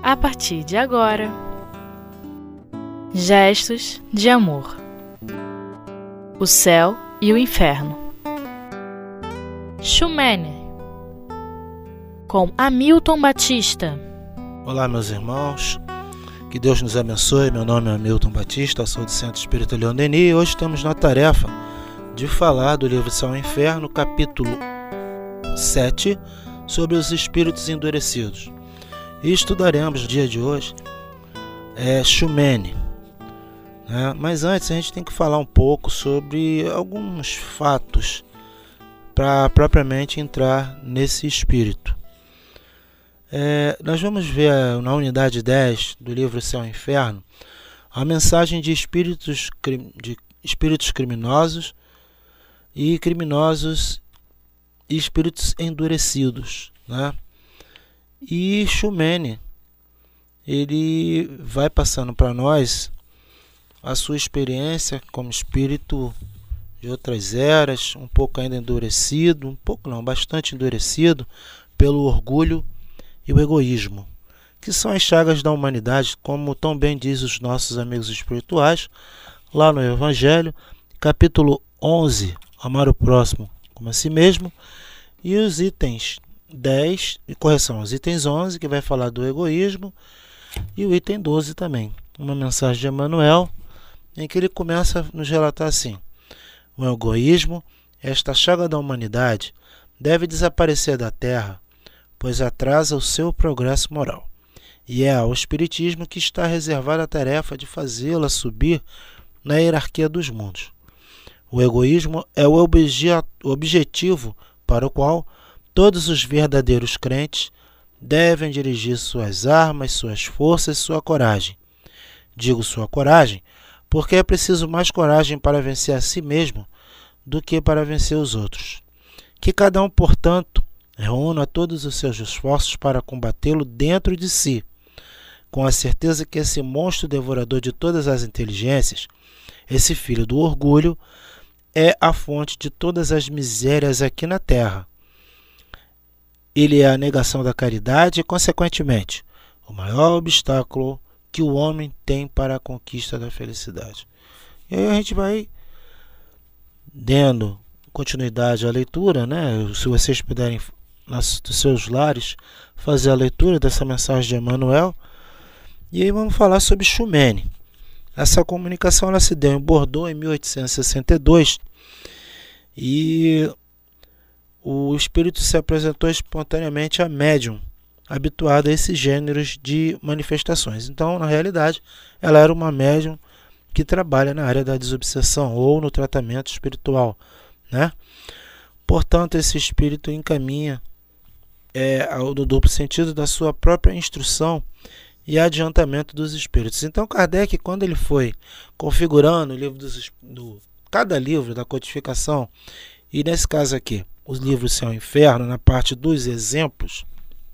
a partir de agora. Gestos de amor. O céu e o inferno. Xumene, com Hamilton Batista. Olá, meus irmãos, que Deus nos abençoe. Meu nome é Hamilton Batista, sou do Centro Espírita Leon Denis e hoje estamos na tarefa de falar do livro Céu e Inferno, capítulo 7, sobre os espíritos endurecidos. E estudaremos no dia de hoje Xumene. Mas antes a gente tem que falar um pouco sobre alguns fatos para propriamente entrar nesse espírito. Nós vamos ver na unidade 10 do livro Céu e Inferno a mensagem de espíritos criminosos e espíritos endurecidos, E Xumene, ele vai passando para nós a sua experiência como espírito de outras eras, um pouco ainda endurecido, bastante endurecido pelo orgulho e o egoísmo, que são as chagas da humanidade, como tão bem diz os nossos amigos espirituais, lá no Evangelho, capítulo 11, amar o próximo como a si mesmo, e os itens 10, os itens 11, que vai falar do egoísmo, e o item 12 também, uma mensagem de Emmanuel, em que ele começa a nos relatar assim: o egoísmo, esta chaga da humanidade, deve desaparecer da Terra, pois atrasa o seu progresso moral, e é ao Espiritismo que está reservada a tarefa de fazê-la subir na hierarquia dos mundos. O egoísmo é o objetivo para o qual todos os verdadeiros crentes devem dirigir suas armas, suas forças e sua coragem. Digo sua coragem porque é preciso mais coragem para vencer a si mesmo do que para vencer os outros. Que cada um, portanto, reúna todos os seus esforços para combatê-lo dentro de si, com a certeza que esse monstro devorador de todas as inteligências, esse filho do orgulho, é a fonte de todas as misérias aqui na Terra. Ele é a negação da caridade e, consequentemente, o maior obstáculo que o homem tem para a conquista da felicidade. E aí a gente vai dando continuidade à leitura, Se vocês puderem, dos seus lares, fazer a leitura dessa mensagem de Emmanuel. E aí vamos falar sobre Xumene. Essa comunicação ela se deu em Bordeaux em 1862 e o espírito se apresentou espontaneamente a médium, habituada a esses gêneros de manifestações. Então, na realidade, ela era uma médium que trabalha na área da desobsessão ou no tratamento espiritual, Portanto, esse espírito encaminha no duplo sentido da sua própria instrução e adiantamento dos espíritos. Então, Kardec, quando ele foi configurando o livro cada livro da codificação, e nesse caso aqui, os livros Céu e Inferno, na parte dos exemplos,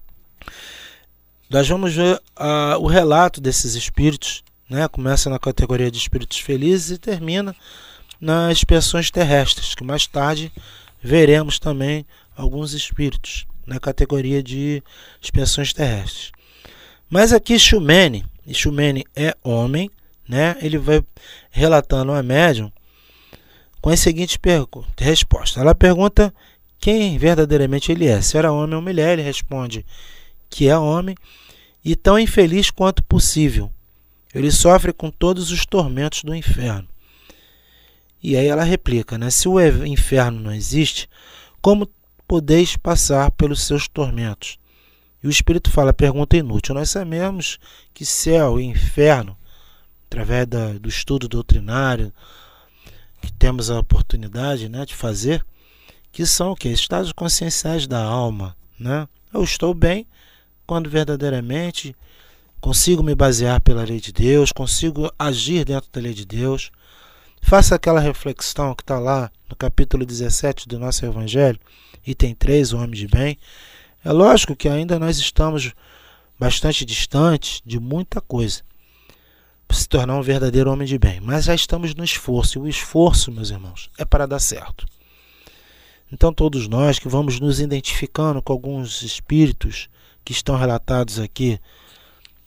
nós vamos ver o relato desses espíritos, Começa na categoria de espíritos felizes e termina nas expiações terrestres, que mais tarde veremos também alguns espíritos na categoria de expiações terrestres. Mas aqui Xumene é homem, Ele vai relatando a médium com as seguintes respostas. Ela pergunta quem verdadeiramente ele é, se era homem ou mulher. Ele responde que é homem e tão infeliz quanto possível. Ele sofre com todos os tormentos do inferno. E aí ela replica, se o inferno não existe, como podeis passar pelos seus tormentos? E o Espírito fala, pergunta inútil. Nós sabemos que céu e inferno, através do estudo doutrinário, que temos a oportunidade de fazer, que são o quê? Estados conscienciais da alma. Eu estou bem quando verdadeiramente consigo me basear pela lei de Deus, consigo agir dentro da lei de Deus. Faça aquela reflexão que está lá no capítulo 17 do nosso Evangelho, item 3, o homem de bem. É lógico que ainda nós estamos bastante distantes de muita coisa para se tornar um verdadeiro homem de bem, mas já estamos no esforço, e o esforço, meus irmãos, é para dar certo. Então todos nós que vamos nos identificando com alguns espíritos que estão relatados aqui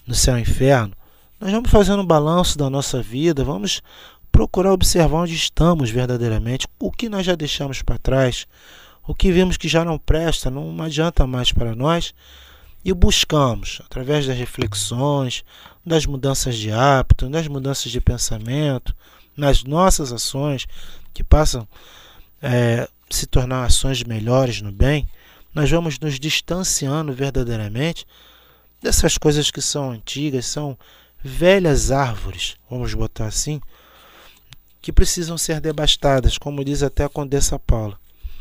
no céu e inferno, nós vamos fazendo um balanço da nossa vida, vamos procurar observar onde estamos verdadeiramente, o que nós já deixamos para trás, o que vimos que já não presta, não adianta mais para nós, e buscamos, através das reflexões, das mudanças de hábito, das mudanças de pensamento, nas nossas ações, que passam a se tornar ações melhores no bem, nós vamos nos distanciando verdadeiramente dessas coisas que são antigas, são velhas árvores, vamos botar assim, que precisam ser devastadas, como diz até a Condessa Paula.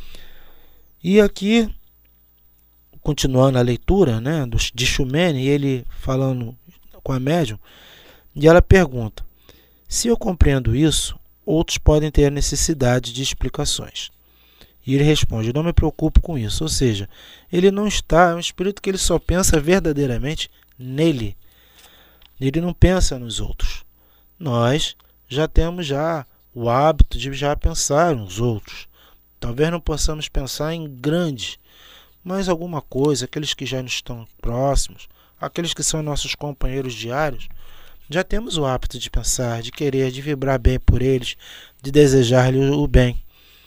E aqui, continuando a leitura, né, de Xumene, ele falando com a médium, e ela pergunta: se eu compreendo isso, outros podem ter a necessidade de explicações. E ele responde: não me preocupo com isso. Ou seja, ele não está, é um espírito que ele só pensa verdadeiramente nele. Ele não pensa nos outros. Nós já temos o hábito de já pensar nos outros. Talvez não possamos pensar em grandes, mas alguma coisa, aqueles que já nos estão próximos, aqueles que são nossos companheiros diários, já temos o hábito de pensar, de querer, de vibrar bem por eles, de desejar-lhes o bem.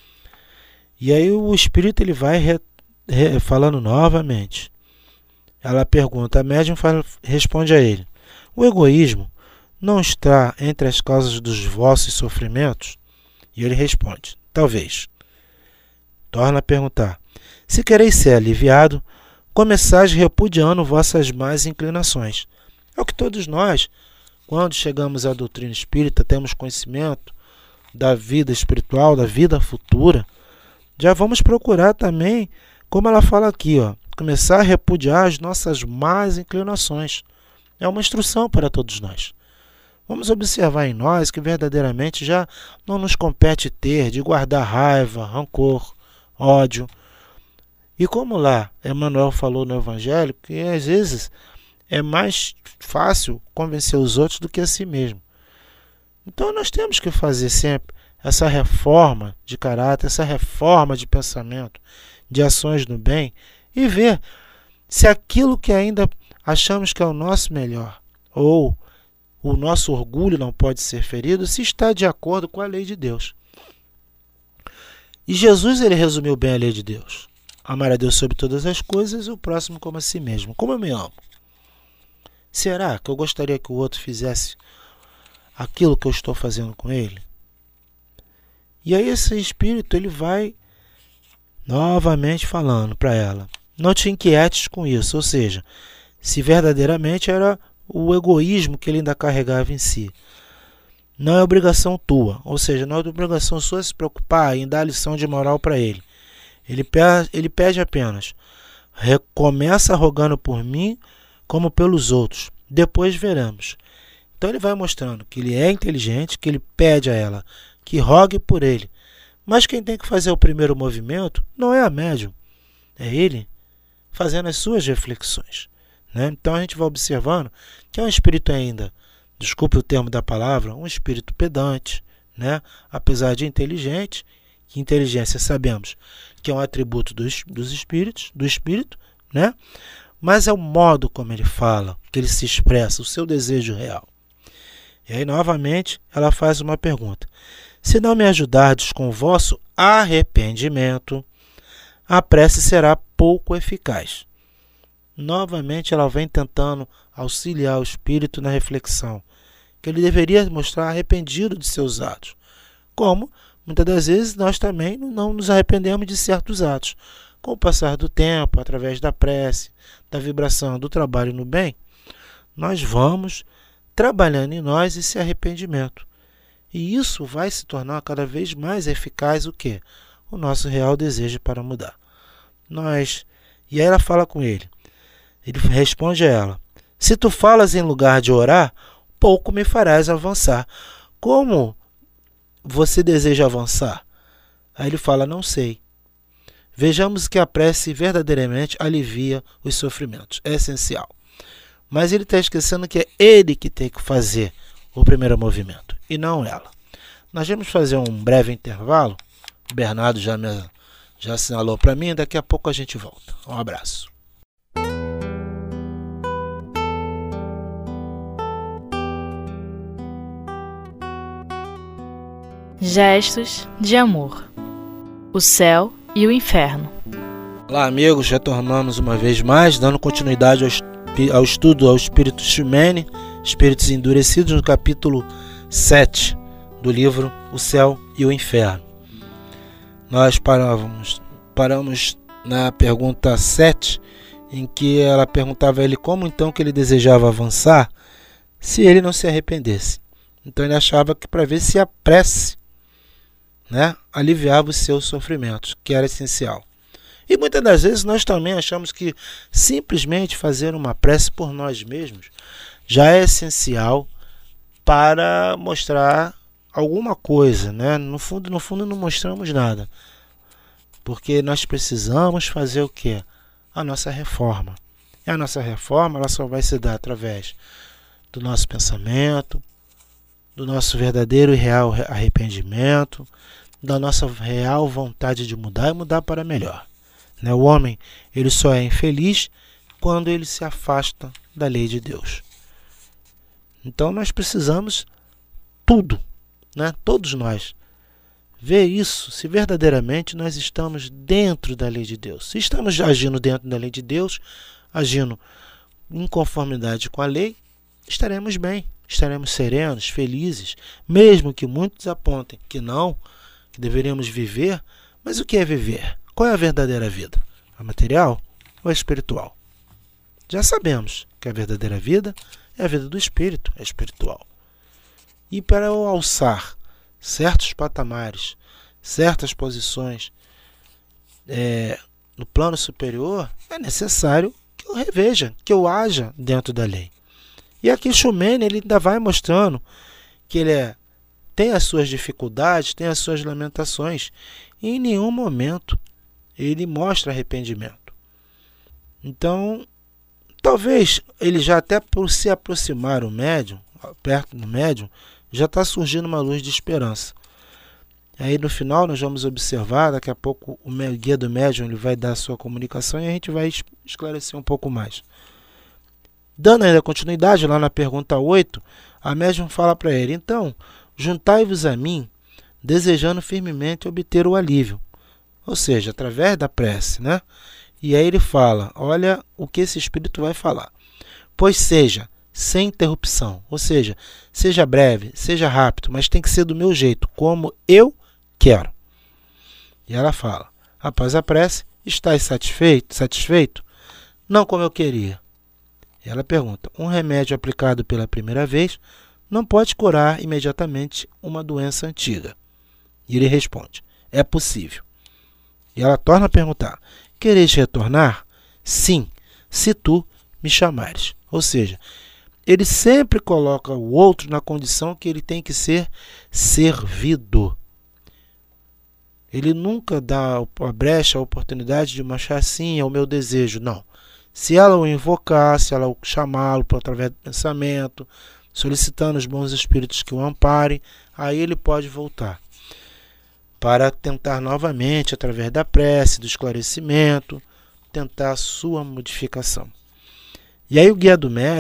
E aí o espírito ele vai falando novamente. Ela pergunta, a médium responde a ele: o egoísmo não está entre as causas dos vossos sofrimentos? E ele responde: talvez. Torna a perguntar: se quereis ser aliviado, começais repudiando vossas más inclinações. É o que todos nós, quando chegamos à doutrina espírita, temos conhecimento da vida espiritual, da vida futura, já vamos procurar também, como ela fala aqui, começar a repudiar as nossas más inclinações. É uma instrução para todos nós. Vamos observar em nós que verdadeiramente já não nos compete ter, de guardar raiva, rancor, ódio. E como lá Emmanuel falou no Evangelho, que às vezes é mais fácil convencer os outros do que a si mesmo. Então nós temos que fazer sempre essa reforma de caráter, essa reforma de pensamento, de ações no bem, e ver se aquilo que ainda achamos que é o nosso melhor, ou o nosso orgulho não pode ser ferido, se está de acordo com a lei de Deus. E Jesus ele resumiu bem a lei de Deus: amar a Deus sobre todas as coisas e o próximo como a si mesmo. Como eu me amo? Será que eu gostaria que o outro fizesse aquilo que eu estou fazendo com ele? E aí esse espírito ele vai novamente falando para ela: não te inquietes com isso. Ou seja, se verdadeiramente era o egoísmo que ele ainda carregava em si. Não é obrigação tua, ou seja, não é obrigação sua se preocupar em dar lição de moral para ele. Ele pede apenas: começa rogando por mim como pelos outros, depois veremos. Então ele vai mostrando que ele é inteligente, que ele pede a ela que rogue por ele. Mas quem tem que fazer o primeiro movimento não é a médium, é ele fazendo as suas reflexões, né? Então a gente vai observando que é um espírito ainda, desculpe o termo da palavra, um espírito pedante, né? Apesar de inteligente, que inteligência sabemos que é um atributo dos espíritos, do espírito, né? Mas é o modo como ele fala, que ele se expressa, o seu desejo real. E aí novamente ela faz uma pergunta: se não me ajudardes com o vosso arrependimento, a prece será pouco eficaz. Novamente ela vem tentando auxiliar o espírito na reflexão, que ele deveria mostrar arrependido de seus atos. Como, muitas das vezes, nós também não nos arrependemos de certos atos. Com o passar do tempo, através da prece, da vibração, do trabalho no bem, nós vamos trabalhando em nós esse arrependimento. E isso vai se tornar cada vez mais eficaz o quê? O nosso real desejo para mudar. E aí ela fala com ele. Ele responde a ela: se tu falas em lugar de orar, pouco me farás avançar. Como você deseja avançar? Aí ele fala: não sei. Vejamos que a prece verdadeiramente alivia os sofrimentos. É essencial. Mas ele está esquecendo que é ele que tem que fazer o primeiro movimento, e não ela. Nós vamos fazer um breve intervalo. O Bernardo já assinalou para mim, daqui a pouco a gente volta. Um abraço. Gestos de amor. O céu e o inferno. Olá, amigos, retornamos uma vez mais, dando continuidade ao estudo ao espírito Xumene, espíritos endurecidos, no capítulo 7 do livro O Céu e o Inferno. Nós paramos na pergunta 7, em que ela perguntava a ele como então que ele desejava avançar se ele não se arrependesse. Então ele achava que para ver se a prece, aliviava os seus sofrimentos, que era essencial. E muitas das vezes nós também achamos que simplesmente fazer uma prece por nós mesmos já é essencial para mostrar alguma coisa, No fundo não mostramos nada. Porque nós precisamos fazer o quê? A nossa reforma. E a nossa reforma ela só vai se dar através do nosso pensamento, do nosso verdadeiro e real arrependimento, da nossa real vontade de mudar e mudar para melhor. O homem ele só é infeliz quando ele se afasta da lei de Deus. Então nós precisamos tudo, todos nós, ver isso, se verdadeiramente nós estamos dentro da lei de Deus. Se estamos agindo dentro da lei de Deus, agindo em conformidade com a lei, estaremos bem, estaremos serenos, felizes, mesmo que muitos apontem que não, que deveríamos viver. Mas o que é viver? Qual é a verdadeira vida? A material ou a espiritual? Já sabemos que a verdadeira vida é a vida do espírito, é espiritual. E para eu alçar certos patamares, certas posições no plano superior, é necessário que eu reveja, que eu haja dentro da lei. E aqui Xumene ele ainda vai mostrando que ele tem as suas dificuldades, tem as suas lamentações, e em nenhum momento ele mostra arrependimento. Então, talvez ele já até por se aproximar o médium, perto do médium, já está surgindo uma luz de esperança. Aí no final nós vamos observar, daqui a pouco o guia do médium ele vai dar a sua comunicação e a gente vai esclarecer um pouco mais. Dando ainda continuidade, lá na pergunta 8, a médium fala para ele: então, juntai-vos a mim, desejando firmemente obter o alívio. Ou seja, através da prece, E aí ele fala, olha o que esse espírito vai falar. Pois seja sem interrupção, ou seja, seja breve, seja rápido, mas tem que ser do meu jeito, como eu quero. E ela fala, após a prece, estás satisfeito? Não como eu queria. E ela pergunta, um remédio aplicado pela primeira vez não pode curar imediatamente uma doença antiga. E ele responde, é possível. E ela torna a perguntar, queres retornar? Sim, se tu me chamares. Ou seja, ele sempre coloca o outro na condição que ele tem que ser servido. Ele nunca dá a brecha, a oportunidade de mostrar assim, é o meu desejo. Não. Se ela o invocar, se ela o chamá-lo através do pensamento, solicitando os bons espíritos que o amparem, aí ele pode voltar para tentar novamente, através da prece, do esclarecimento, tentar a sua modificação. E aí o guia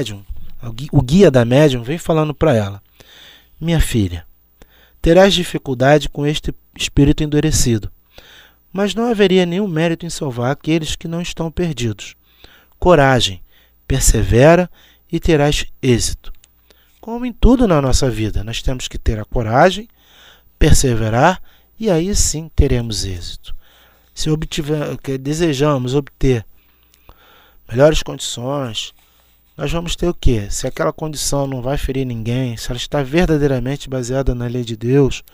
da médium vem falando para ela, minha filha, terás dificuldade com este espírito endurecido, mas não haveria nenhum mérito em salvar aqueles que não estão perdidos. Coragem, persevera e terás êxito. Como em tudo na nossa vida, nós temos que ter a coragem, perseverar e aí sim teremos êxito. Se desejamos obter melhores condições, nós vamos ter o quê? Se aquela condição não vai ferir ninguém, se ela está verdadeiramente baseada na lei de Deus,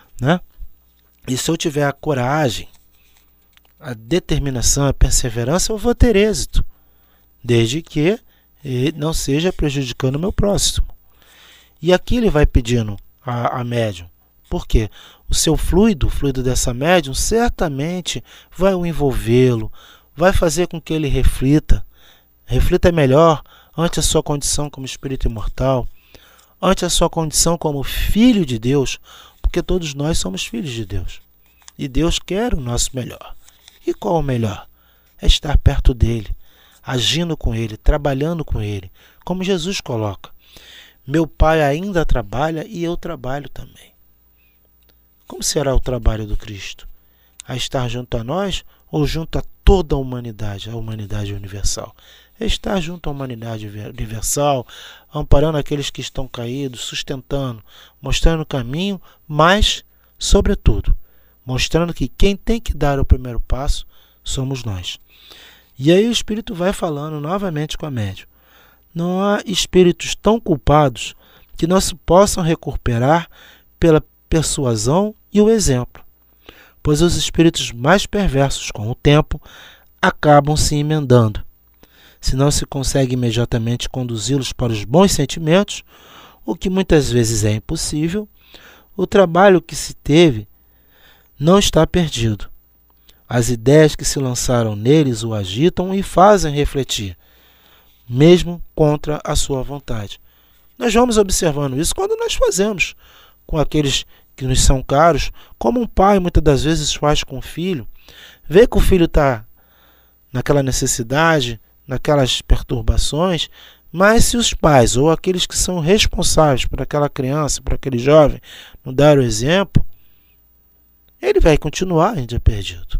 E se eu tiver a coragem, a determinação, a perseverança, eu vou ter êxito, desde que não seja prejudicando o meu próximo. E aqui ele vai pedindo a médium. Por quê? O seu fluido, o fluido dessa médium, certamente vai o envolvê-lo, vai fazer com que ele reflita melhor ante a sua condição como espírito imortal, ante a sua condição como filho de Deus, porque todos nós somos filhos de Deus. E Deus quer o nosso melhor. E qual o melhor? É estar perto dele, agindo com ele, trabalhando com ele, como Jesus coloca. Meu Pai ainda trabalha e eu trabalho também. como será o trabalho do Cristo? A estar junto a nós ou junto a toda a humanidade universal? É estar junto à humanidade universal, amparando aqueles que estão caídos, sustentando, mostrando o caminho, mas, sobretudo, mostrando que quem tem que dar o primeiro passo somos nós. E aí o Espírito vai falando novamente com a médium. Não há espíritos tão culpados que não se possam recuperar pela persuasão e o exemplo, pois os espíritos mais perversos, com o tempo, acabam se emendando. Se não se consegue imediatamente conduzi-los para os bons sentimentos, o que muitas vezes é impossível, o trabalho que se teve não está perdido. As ideias que se lançaram neles o agitam e fazem refletir, mesmo contra a sua vontade. Nós vamos observando isso quando nós fazemos com aqueles que nos são caros, como um pai muitas das vezes faz com o filho. Vê que o filho está naquela necessidade, naquelas perturbações, mas se os pais ou aqueles que são responsáveis por aquela criança, por aquele jovem, não dar o exemplo, ele vai continuar ainda perdido.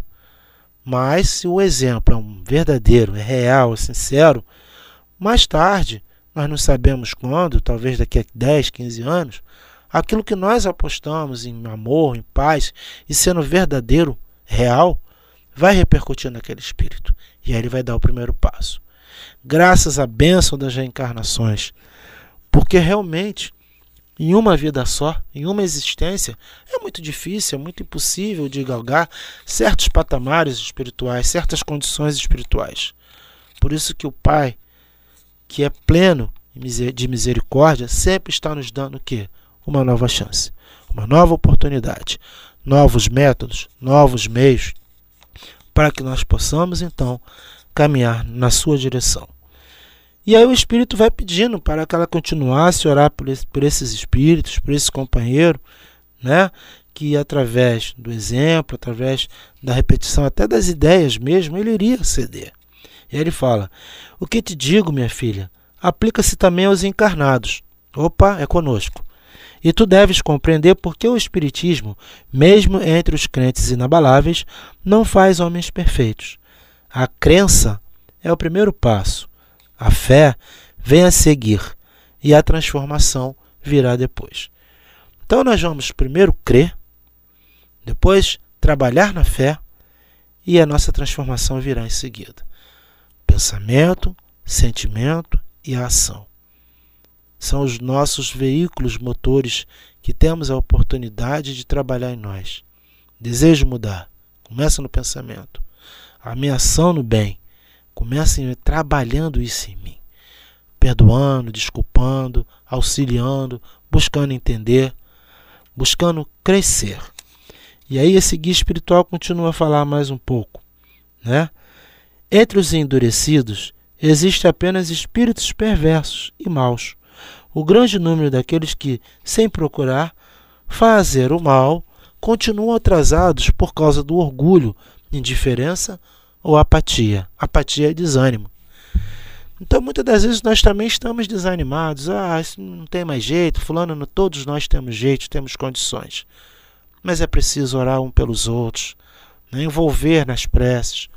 Mas se o exemplo é um verdadeiro, é real, é sincero, mais tarde, nós não sabemos quando, talvez daqui a 10, 15 anos, aquilo que nós apostamos em amor, em paz, e sendo verdadeiro, real, vai repercutir naquele espírito. E aí ele vai dar o primeiro passo. Graças à bênção das reencarnações. Porque realmente, em uma vida só, em uma existência, é muito difícil, é muito impossível de galgar certos patamares espirituais, certas condições espirituais. Por isso que o Pai, que é pleno de misericórdia, sempre está nos dando o quê? Uma nova chance, uma nova oportunidade, novos métodos, novos meios, para que nós possamos, então, caminhar na sua direção. E aí o Espírito vai pedindo para que ela continuasse a orar por esses espíritos, por esse companheiro, né? Que através do exemplo, através da repetição, até das ideias mesmo, ele iria ceder. E aí ele fala, o que te digo, minha filha, aplica-se também aos encarnados. Opa, é conosco. E tu deves compreender porque o Espiritismo, mesmo entre os crentes inabaláveis, não faz homens perfeitos. A crença é o primeiro passo. A fé vem a seguir e a transformação virá depois. Então nós vamos primeiro crer, depois trabalhar na fé e a nossa transformação virá em seguida. Pensamento, sentimento e a ação. São os nossos veículos motores que temos a oportunidade de trabalhar em nós. Desejo mudar. Começa no pensamento. A minha ação no bem. Começa trabalhando isso em mim. Perdoando, desculpando, auxiliando, buscando entender, buscando crescer. E aí esse guia espiritual continua a falar mais um pouco, né? Entre os endurecidos, existe apenas espíritos perversos e maus. O grande número daqueles que, sem procurar fazer o mal, continuam atrasados por causa do orgulho, indiferença ou apatia. Apatia é desânimo. Então, muitas das vezes, nós também estamos desanimados. Isso não tem mais jeito, fulano, todos nós temos jeito, temos condições. Mas é preciso orar um pelos outros, né? Envolver nas preces,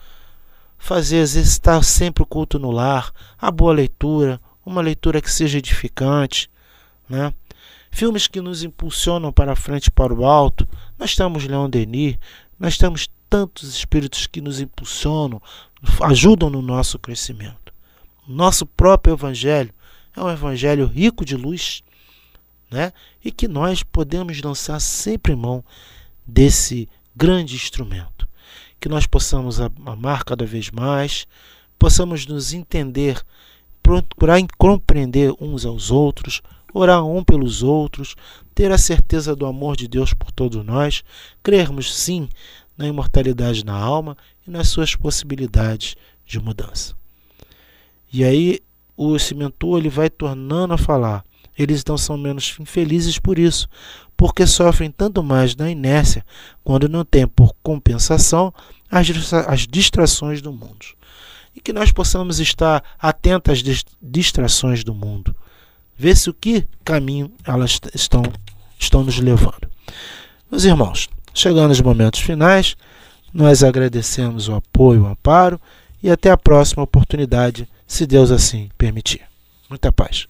exercitar sempre o culto no lar, a boa leitura, uma leitura que seja edificante, né? Filmes que nos impulsionam para a frente e para o alto. Nós temos Leon Denis, nós temos tantos espíritos que nos impulsionam, ajudam no nosso crescimento. Nosso próprio Evangelho é um Evangelho rico de luz, né? E que nós podemos lançar sempre em mão desse grande instrumento. Que nós possamos amar cada vez mais, possamos nos entender, procurar compreender uns aos outros, orar um pelos outros, ter a certeza do amor de Deus por todos nós, crermos sim na imortalidade na alma e nas suas possibilidades de mudança. E aí esse mentor ele vai tornando a falar, eles não são menos infelizes por isso, porque sofrem tanto mais na inércia quando não têm por compensação as distrações do mundo. E que nós possamos estar atentos às distrações do mundo, ver se o que caminho elas estão nos levando. Meus irmãos, chegando aos momentos finais, nós agradecemos o apoio, o amparo e até a próxima oportunidade, se Deus assim permitir. Muita paz.